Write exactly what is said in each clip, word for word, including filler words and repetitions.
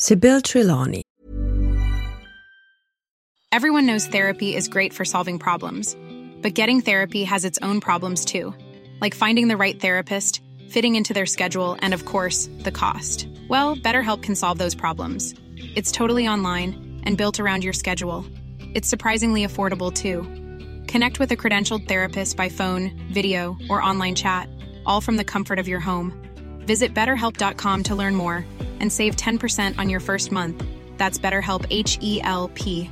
Sybil Trelawney. Everyone knows therapy is great for solving problems, but getting therapy has its own problems too, like finding the right therapist, fitting into their schedule, and of course, the cost. Well, BetterHelp can solve those problems. It's totally online and built around your schedule. It's surprisingly affordable too. Connect with a credentialed therapist by phone, video, or online chat, all from the comfort of your home. Visit better help dot com to learn more and save ten percent on your first month. That's BetterHelp, H E L P.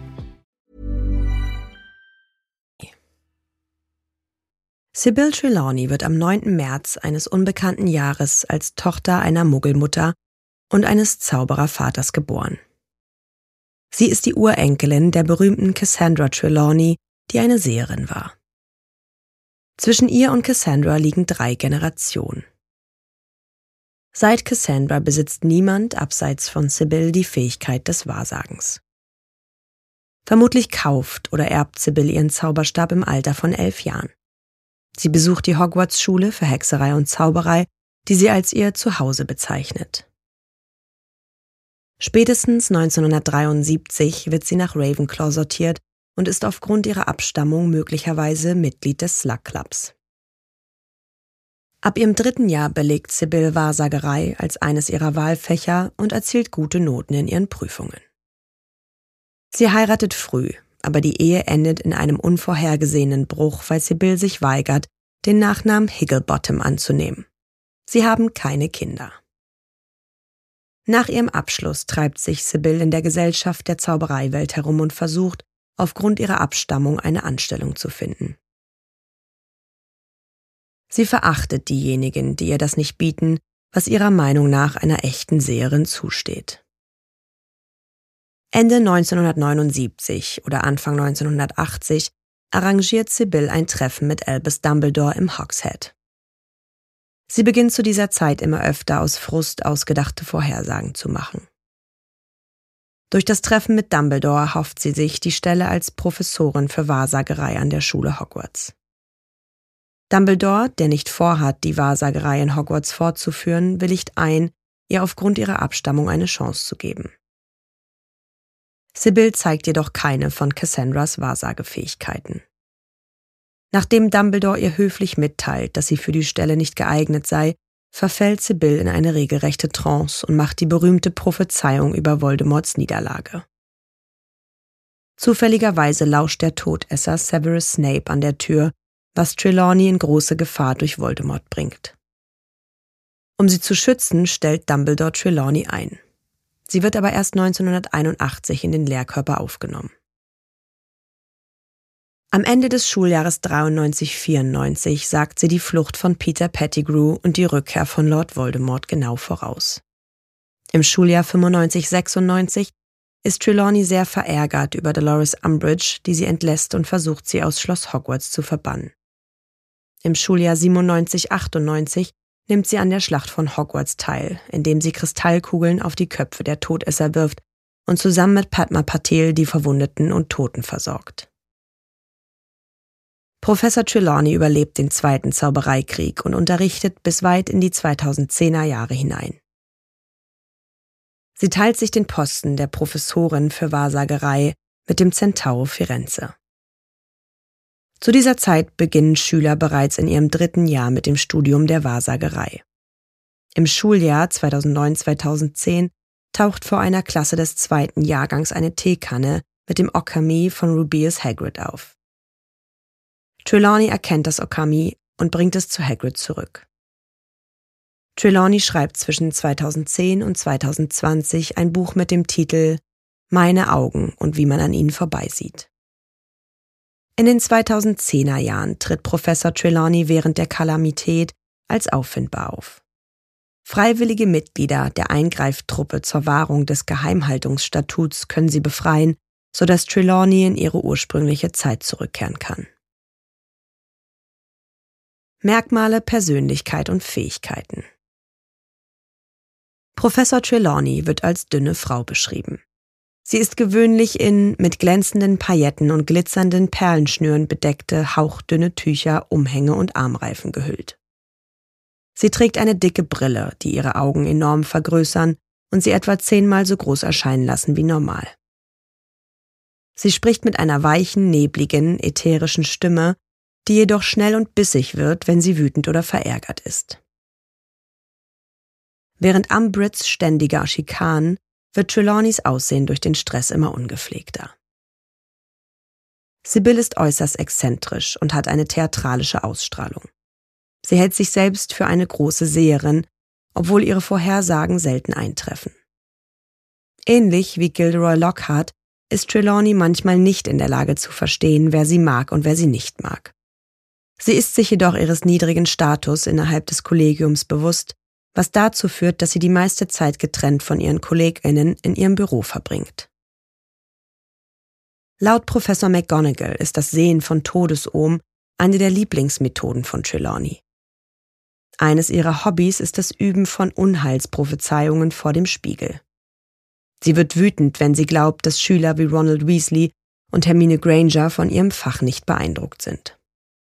Sybil Trelawney wird am neunten März eines unbekannten Jahres als Tochter einer Muggelmutter und eines Zauberervaters geboren. Sie ist die Urenkelin der berühmten Cassandra Trelawney, die eine Seherin war. Zwischen ihr und Cassandra liegen drei Generationen. Seit Cassandra besitzt niemand abseits von Sybil die Fähigkeit des Wahrsagens. Vermutlich kauft oder erbt Sybil ihren Zauberstab im Alter von elf Jahren. Sie besucht die Hogwarts-Schule für Hexerei und Zauberei, die sie als ihr Zuhause bezeichnet. Spätestens neunzehnhundertdreiundsiebzig wird sie nach Ravenclaw sortiert und ist aufgrund ihrer Abstammung möglicherweise Mitglied des Slug Clubs. Ab ihrem dritten Jahr belegt Sybil Wahrsagerei als eines ihrer Wahlfächer und erzielt gute Noten in ihren Prüfungen. Sie heiratet früh, aber die Ehe endet in einem unvorhergesehenen Bruch, weil Sybil sich weigert, den Nachnamen Higglebottom anzunehmen. Sie haben keine Kinder. Nach ihrem Abschluss treibt sich Sybil in der Gesellschaft der Zaubereiwelt herum und versucht, aufgrund ihrer Abstammung eine Anstellung zu finden. Sie verachtet diejenigen, die ihr das nicht bieten, was ihrer Meinung nach einer echten Seherin zusteht. Ende neunzehnhundertneunundsiebzig oder Anfang neunzehnhundertachtzig arrangiert Sybil ein Treffen mit Albus Dumbledore im Hogshead. Sie beginnt zu dieser Zeit immer öfter aus Frust ausgedachte Vorhersagen zu machen. Durch das Treffen mit Dumbledore hofft sie sich die Stelle als Professorin für Wahrsagerei an der Schule Hogwarts. Dumbledore, der nicht vorhat, die Wahrsagerei in Hogwarts fortzuführen, willigt ein, ihr aufgrund ihrer Abstammung eine Chance zu geben. Sybil zeigt jedoch keine von Cassandras Wahrsagefähigkeiten. Nachdem Dumbledore ihr höflich mitteilt, dass sie für die Stelle nicht geeignet sei, verfällt Sybil in eine regelrechte Trance und macht die berühmte Prophezeiung über Voldemorts Niederlage. Zufälligerweise lauscht der Todesser Severus Snape an der Tür, was Trelawney in große Gefahr durch Voldemort bringt. Um sie zu schützen, stellt Dumbledore Trelawney ein. Sie wird aber erst neunzehnhunderteinundachtzig in den Lehrkörper aufgenommen. Am Ende des Schuljahres dreiundneunzig vierundneunzig sagt sie die Flucht von Peter Pettigrew und die Rückkehr von Lord Voldemort genau voraus. Im Schuljahr fünfundneunzig sechsundneunzig ist Trelawney sehr verärgert über Dolores Umbridge, die sie entlässt und versucht, sie aus Schloss Hogwarts zu verbannen. Im Schuljahr siebenundneunzig achtundneunzig nimmt sie an der Schlacht von Hogwarts teil, indem sie Kristallkugeln auf die Köpfe der Todesser wirft und zusammen mit Padma Patel die Verwundeten und Toten versorgt. Professor Trelawney überlebt den Zweiten Zaubereikrieg und unterrichtet bis weit in die zweitausendzehner Jahre hinein. Sie teilt sich den Posten der Professorin für Wahrsagerei mit dem Centauro Firenze. Zu dieser Zeit beginnen Schüler bereits in ihrem dritten Jahr mit dem Studium der Wahrsagerei. Im Schuljahr zweitausendneun zweitausendzehn taucht vor einer Klasse des zweiten Jahrgangs eine Teekanne mit dem Okami von Rubeus Hagrid auf. Trelawney erkennt das Okami und bringt es zu Hagrid zurück. Trelawney schreibt zwischen zweitausendzehn und zweitausendzwanzig ein Buch mit dem Titel »Meine Augen und wie man an ihnen vorbeisieht«. In den zweitausendzehner Jahren tritt Professor Trelawney während der Kalamität als auffindbar auf. Freiwillige Mitglieder der Eingreiftruppe zur Wahrung des Geheimhaltungsstatuts können sie befreien, sodass Trelawney in ihre ursprüngliche Zeit zurückkehren kann. Merkmale, Persönlichkeit und Fähigkeiten. Professor Trelawney wird als dünne Frau beschrieben. Sie ist gewöhnlich in mit glänzenden Pailletten und glitzernden Perlenschnüren bedeckte, hauchdünne Tücher, Umhänge und Armreifen gehüllt. Sie trägt eine dicke Brille, die ihre Augen enorm vergrößern, und sie etwa zehnmal so groß erscheinen lassen wie normal. Sie spricht mit einer weichen, nebligen, ätherischen Stimme, die jedoch schnell und bissig wird, wenn sie wütend oder verärgert ist. Während Umbrids ständiger Schikanen wird Trelawneys Aussehen durch den Stress immer ungepflegter. Sybil ist äußerst exzentrisch und hat eine theatralische Ausstrahlung. Sie hält sich selbst für eine große Seherin, obwohl ihre Vorhersagen selten eintreffen. Ähnlich wie Gilderoy Lockhart ist Trelawney manchmal nicht in der Lage zu verstehen, wer sie mag und wer sie nicht mag. Sie ist sich jedoch ihres niedrigen Status innerhalb des Kollegiums bewusst, was dazu führt, dass sie die meiste Zeit getrennt von ihren KollegInnen in ihrem Büro verbringt. Laut Professor McGonagall ist das Sehen von Todesohm eine der Lieblingsmethoden von Trelawney. Eines ihrer Hobbys ist das Üben von Unheilsprophezeiungen vor dem Spiegel. Sie wird wütend, wenn sie glaubt, dass Schüler wie Ronald Weasley und Hermine Granger von ihrem Fach nicht beeindruckt sind.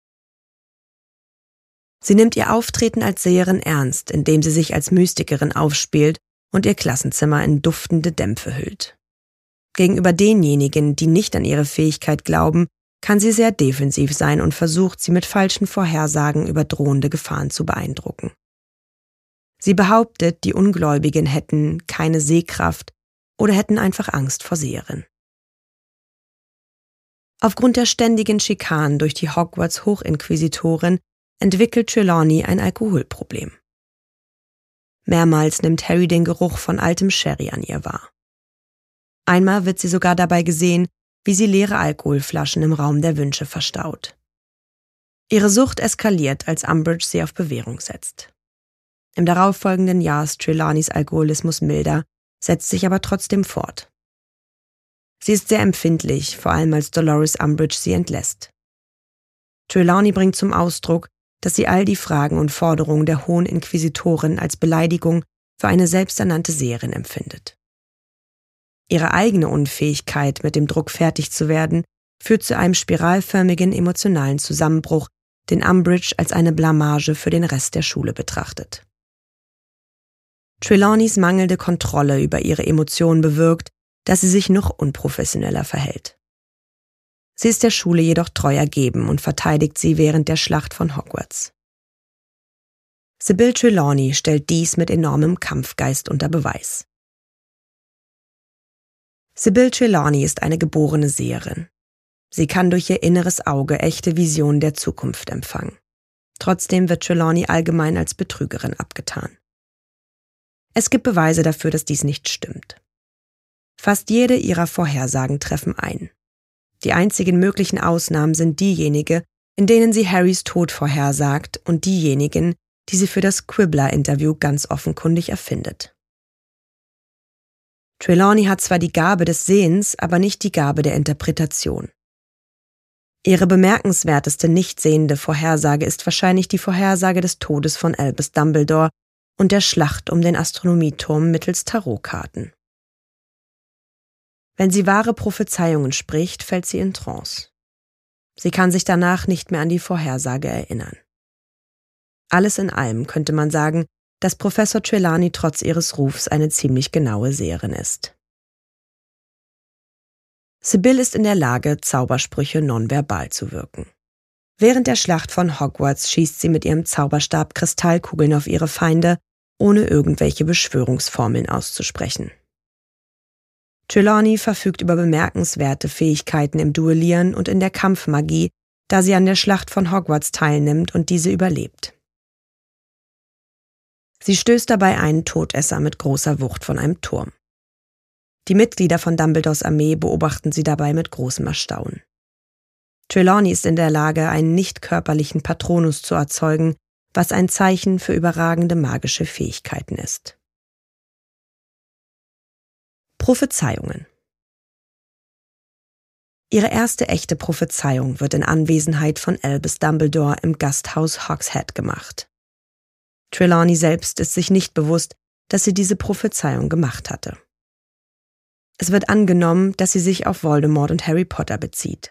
Sie nimmt ihr Auftreten als Seherin ernst, indem sie sich als Mystikerin aufspielt und ihr Klassenzimmer in duftende Dämpfe hüllt. Gegenüber denjenigen, die nicht an ihre Fähigkeit glauben, kann sie sehr defensiv sein und versucht, sie mit falschen Vorhersagen über drohende Gefahren zu beeindrucken. Sie behauptet, die Ungläubigen hätten keine Sehkraft oder hätten einfach Angst vor Seherinnen. Aufgrund der ständigen Schikanen durch die Hogwarts-Hochinquisitorin entwickelt Trelawney ein Alkoholproblem. Mehrmals nimmt Harry den Geruch von altem Sherry an ihr wahr. Einmal wird sie sogar dabei gesehen, wie sie leere Alkoholflaschen im Raum der Wünsche verstaut. Ihre Sucht eskaliert, als Umbridge sie auf Bewährung setzt. Im darauffolgenden Jahr ist Trelawneys Alkoholismus milder, setzt sich aber trotzdem fort. Sie ist sehr empfindlich, vor allem als Dolores Umbridge sie entlässt. Trelawney bringt zum Ausdruck, dass sie all die Fragen und Forderungen der Hohen Inquisitorin als Beleidigung für eine selbsternannte Seherin empfindet. Ihre eigene Unfähigkeit, mit dem Druck fertig zu werden, führt zu einem spiralförmigen emotionalen Zusammenbruch, den Umbridge als eine Blamage für den Rest der Schule betrachtet. Trelawneys mangelnde Kontrolle über ihre Emotionen bewirkt, dass sie sich noch unprofessioneller verhält. Sie ist der Schule jedoch treu ergeben und verteidigt sie während der Schlacht von Hogwarts. Sybil Trelawney stellt dies mit enormem Kampfgeist unter Beweis. Sybil Trelawney ist eine geborene Seherin. Sie kann durch ihr inneres Auge echte Visionen der Zukunft empfangen. Trotzdem wird Trelawney allgemein als Betrügerin abgetan. Es gibt Beweise dafür, dass dies nicht stimmt. Fast jede ihrer Vorhersagen treffen ein. Die einzigen möglichen Ausnahmen sind diejenigen, in denen sie Harrys Tod vorhersagt und diejenigen, die sie für das Quibbler-Interview ganz offenkundig erfindet. Trelawney hat zwar die Gabe des Sehens, aber nicht die Gabe der Interpretation. Ihre bemerkenswerteste nicht sehende Vorhersage ist wahrscheinlich die Vorhersage des Todes von Albus Dumbledore und der Schlacht um den Astronomieturm mittels Tarotkarten. Wenn sie wahre Prophezeiungen spricht, fällt sie in Trance. Sie kann sich danach nicht mehr an die Vorhersage erinnern. Alles in allem könnte man sagen, dass Professor Trelawney trotz ihres Rufs eine ziemlich genaue Seherin ist. Sybil ist in der Lage, Zaubersprüche nonverbal zu wirken. Während der Schlacht von Hogwarts schießt sie mit ihrem Zauberstab Kristallkugeln auf ihre Feinde, ohne irgendwelche Beschwörungsformeln auszusprechen. Trelawney verfügt über bemerkenswerte Fähigkeiten im Duellieren und in der Kampfmagie, da sie an der Schlacht von Hogwarts teilnimmt und diese überlebt. Sie stößt dabei einen Todesser mit großer Wucht von einem Turm. Die Mitglieder von Dumbledores Armee beobachten sie dabei mit großem Erstaunen. Trelawney ist in der Lage, einen nicht körperlichen Patronus zu erzeugen, was ein Zeichen für überragende magische Fähigkeiten ist. Prophezeiungen. Ihre erste echte Prophezeiung wird in Anwesenheit von Albus Dumbledore im Gasthaus Hogshead gemacht. Trelawney selbst ist sich nicht bewusst, dass sie diese Prophezeiung gemacht hatte. Es wird angenommen, dass sie sich auf Voldemort und Harry Potter bezieht.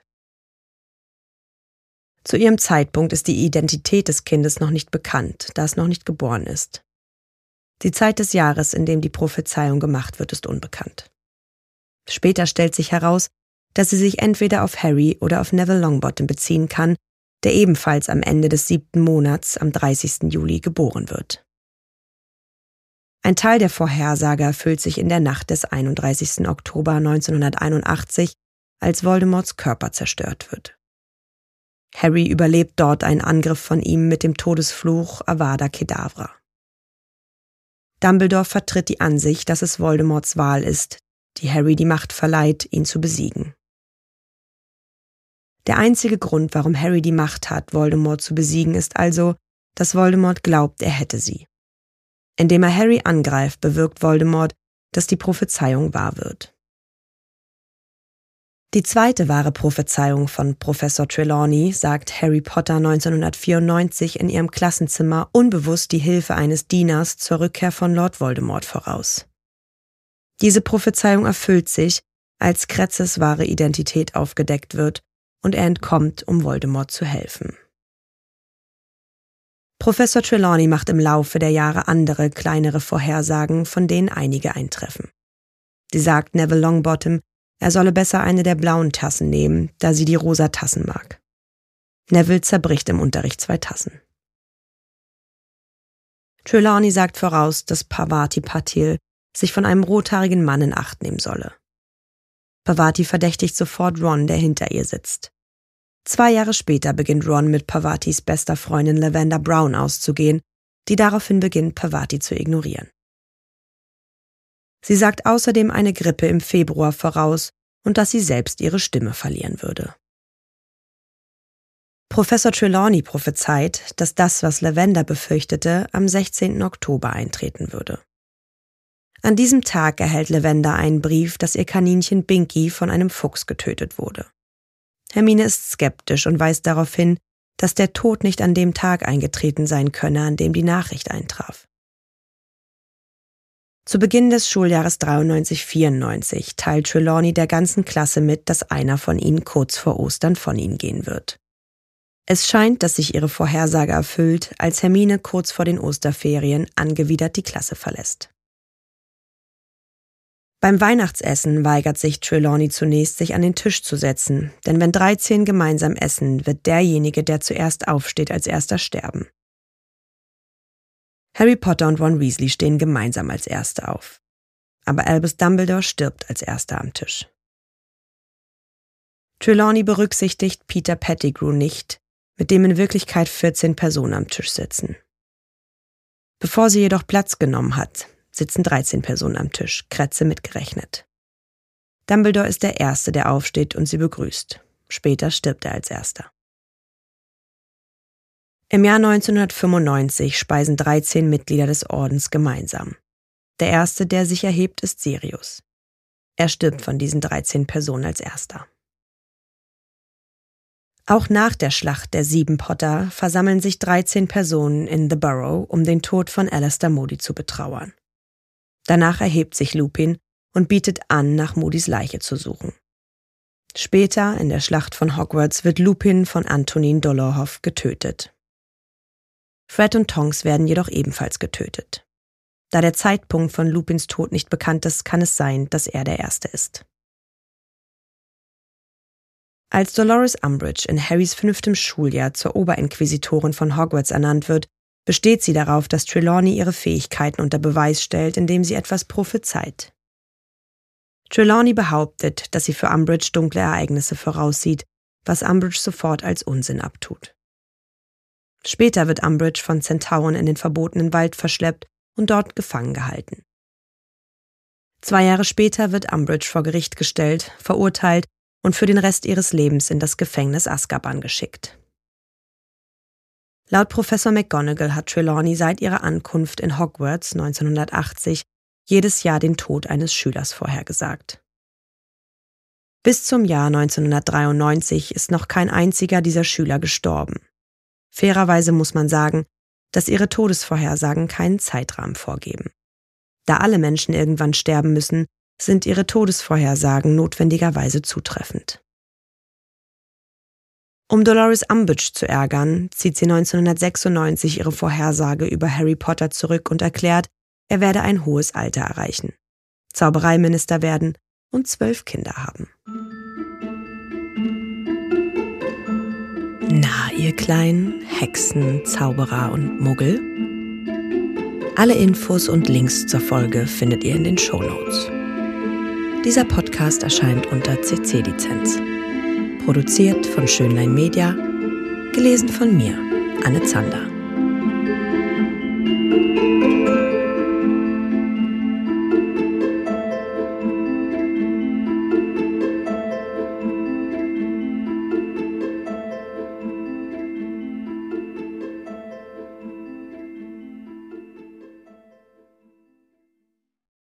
Zu ihrem Zeitpunkt ist die Identität des Kindes noch nicht bekannt, da es noch nicht geboren ist. Die Zeit des Jahres, in dem die Prophezeiung gemacht wird, ist unbekannt. Später stellt sich heraus, dass sie sich entweder auf Harry oder auf Neville Longbottom beziehen kann, der ebenfalls am Ende des siebten Monats am dreißigsten Juli geboren wird. Ein Teil der Vorhersage erfüllt sich in der Nacht des einunddreißigsten Oktober neunzehnhunderteinundachtzig, als Voldemorts Körper zerstört wird. Harry überlebt dort einen Angriff von ihm mit dem Todesfluch Avada Kedavra. Dumbledore vertritt die Ansicht, dass es Voldemorts Wahl ist, die Harry die Macht verleiht, ihn zu besiegen. Der einzige Grund, warum Harry die Macht hat, Voldemort zu besiegen, ist also, dass Voldemort glaubt, er hätte sie. Indem er Harry angreift, bewirkt Voldemort, dass die Prophezeiung wahr wird. Die zweite wahre Prophezeiung von Professor Trelawney sagt Harry Potter neunzehnhundertvierundneunzig in ihrem Klassenzimmer unbewusst die Hilfe eines Dieners zur Rückkehr von Lord Voldemort voraus. Diese Prophezeiung erfüllt sich, als Kretzes wahre Identität aufgedeckt wird und er entkommt, um Voldemort zu helfen. Professor Trelawney macht im Laufe der Jahre andere, kleinere Vorhersagen, von denen einige eintreffen. Sie sagt Neville Longbottom, er solle besser eine der blauen Tassen nehmen, da sie die rosa Tassen mag. Neville zerbricht im Unterricht zwei Tassen. Trelawney sagt voraus, dass Parvati Patil sich von einem rothaarigen Mann in Acht nehmen solle. Parvati verdächtigt sofort Ron, der hinter ihr sitzt. Zwei Jahre später beginnt Ron mit Parvatis bester Freundin Lavender Brown auszugehen, die daraufhin beginnt, Parvati zu ignorieren. Sie sagt außerdem eine Grippe im Februar voraus und dass sie selbst ihre Stimme verlieren würde. Professor Trelawney prophezeit, dass das, was Lavender befürchtete, am sechzehnten Oktober eintreten würde. An diesem Tag erhält Lavender einen Brief, dass ihr Kaninchen Binky von einem Fuchs getötet wurde. Hermine ist skeptisch und weist darauf hin, dass der Tod nicht an dem Tag eingetreten sein könne, an dem die Nachricht eintraf. Zu Beginn des Schuljahres dreiundneunzig vierundneunzig teilt Trelawney der ganzen Klasse mit, dass einer von ihnen kurz vor Ostern von ihnen gehen wird. Es scheint, dass sich ihre Vorhersage erfüllt, als Hermine kurz vor den Osterferien angewidert die Klasse verlässt. Beim Weihnachtsessen weigert sich Trelawney zunächst, sich an den Tisch zu setzen, denn wenn dreizehn gemeinsam essen, wird derjenige, der zuerst aufsteht, als erster sterben. Harry Potter und Ron Weasley stehen gemeinsam als Erste auf. Aber Albus Dumbledore stirbt als Erster am Tisch. Trelawney berücksichtigt Peter Pettigrew nicht, mit dem in Wirklichkeit vierzehn Personen am Tisch sitzen. Bevor sie jedoch Platz genommen hat, sitzen dreizehn Personen am Tisch, Kretze mitgerechnet. Dumbledore ist der Erste, der aufsteht und sie begrüßt. Später stirbt er als Erster. Im Jahr neunzehnhundertfünfundneunzig speisen dreizehn Mitglieder des Ordens gemeinsam. Der Erste, der sich erhebt, ist Sirius. Er stirbt von diesen dreizehn Personen als Erster. Auch nach der Schlacht der sieben Potter versammeln sich dreizehn Personen in The Burrow, um den Tod von Alastor Moody zu betrauern. Danach erhebt sich Lupin und bietet an, nach Moodys Leiche zu suchen. Später, in der Schlacht von Hogwarts, wird Lupin von Antonin Dolohov getötet. Fred und Tonks werden jedoch ebenfalls getötet. Da der Zeitpunkt von Lupins Tod nicht bekannt ist, kann es sein, dass er der Erste ist. Als Dolores Umbridge in Harrys fünftem Schuljahr zur Oberinquisitorin von Hogwarts ernannt wird, besteht sie darauf, dass Trelawney ihre Fähigkeiten unter Beweis stellt, indem sie etwas prophezeit. Trelawney behauptet, dass sie für Umbridge dunkle Ereignisse voraussieht, was Umbridge sofort als Unsinn abtut. Später wird Umbridge von Zentauren in den verbotenen Wald verschleppt und dort gefangen gehalten. Zwei Jahre später wird Umbridge vor Gericht gestellt, verurteilt und für den Rest ihres Lebens in das Gefängnis Azkaban geschickt. Laut Professor McGonagall hat Trelawney seit ihrer Ankunft in Hogwarts neunzehnhundertachtzig jedes Jahr den Tod eines Schülers vorhergesagt. Bis zum Jahr neunzehnhundertdreiundneunzig ist noch kein einziger dieser Schüler gestorben. Fairerweise muss man sagen, dass ihre Todesvorhersagen keinen Zeitrahmen vorgeben. Da alle Menschen irgendwann sterben müssen, sind ihre Todesvorhersagen notwendigerweise zutreffend. Um Dolores Umbridge zu ärgern, zieht sie neunzehnhundertsechsundneunzig ihre Vorhersage über Harry Potter zurück und erklärt, Er werde ein hohes Alter erreichen, Zaubereiminister werden und zwölf Kinder haben. Na, ihr kleinen Hexen, Zauberer und Muggel? Alle Infos und Links zur Folge findet ihr in den Shownotes. Dieser Podcast erscheint unter C C-Lizenz. Produziert von Schönlein Media, gelesen von mir, Anne Zander.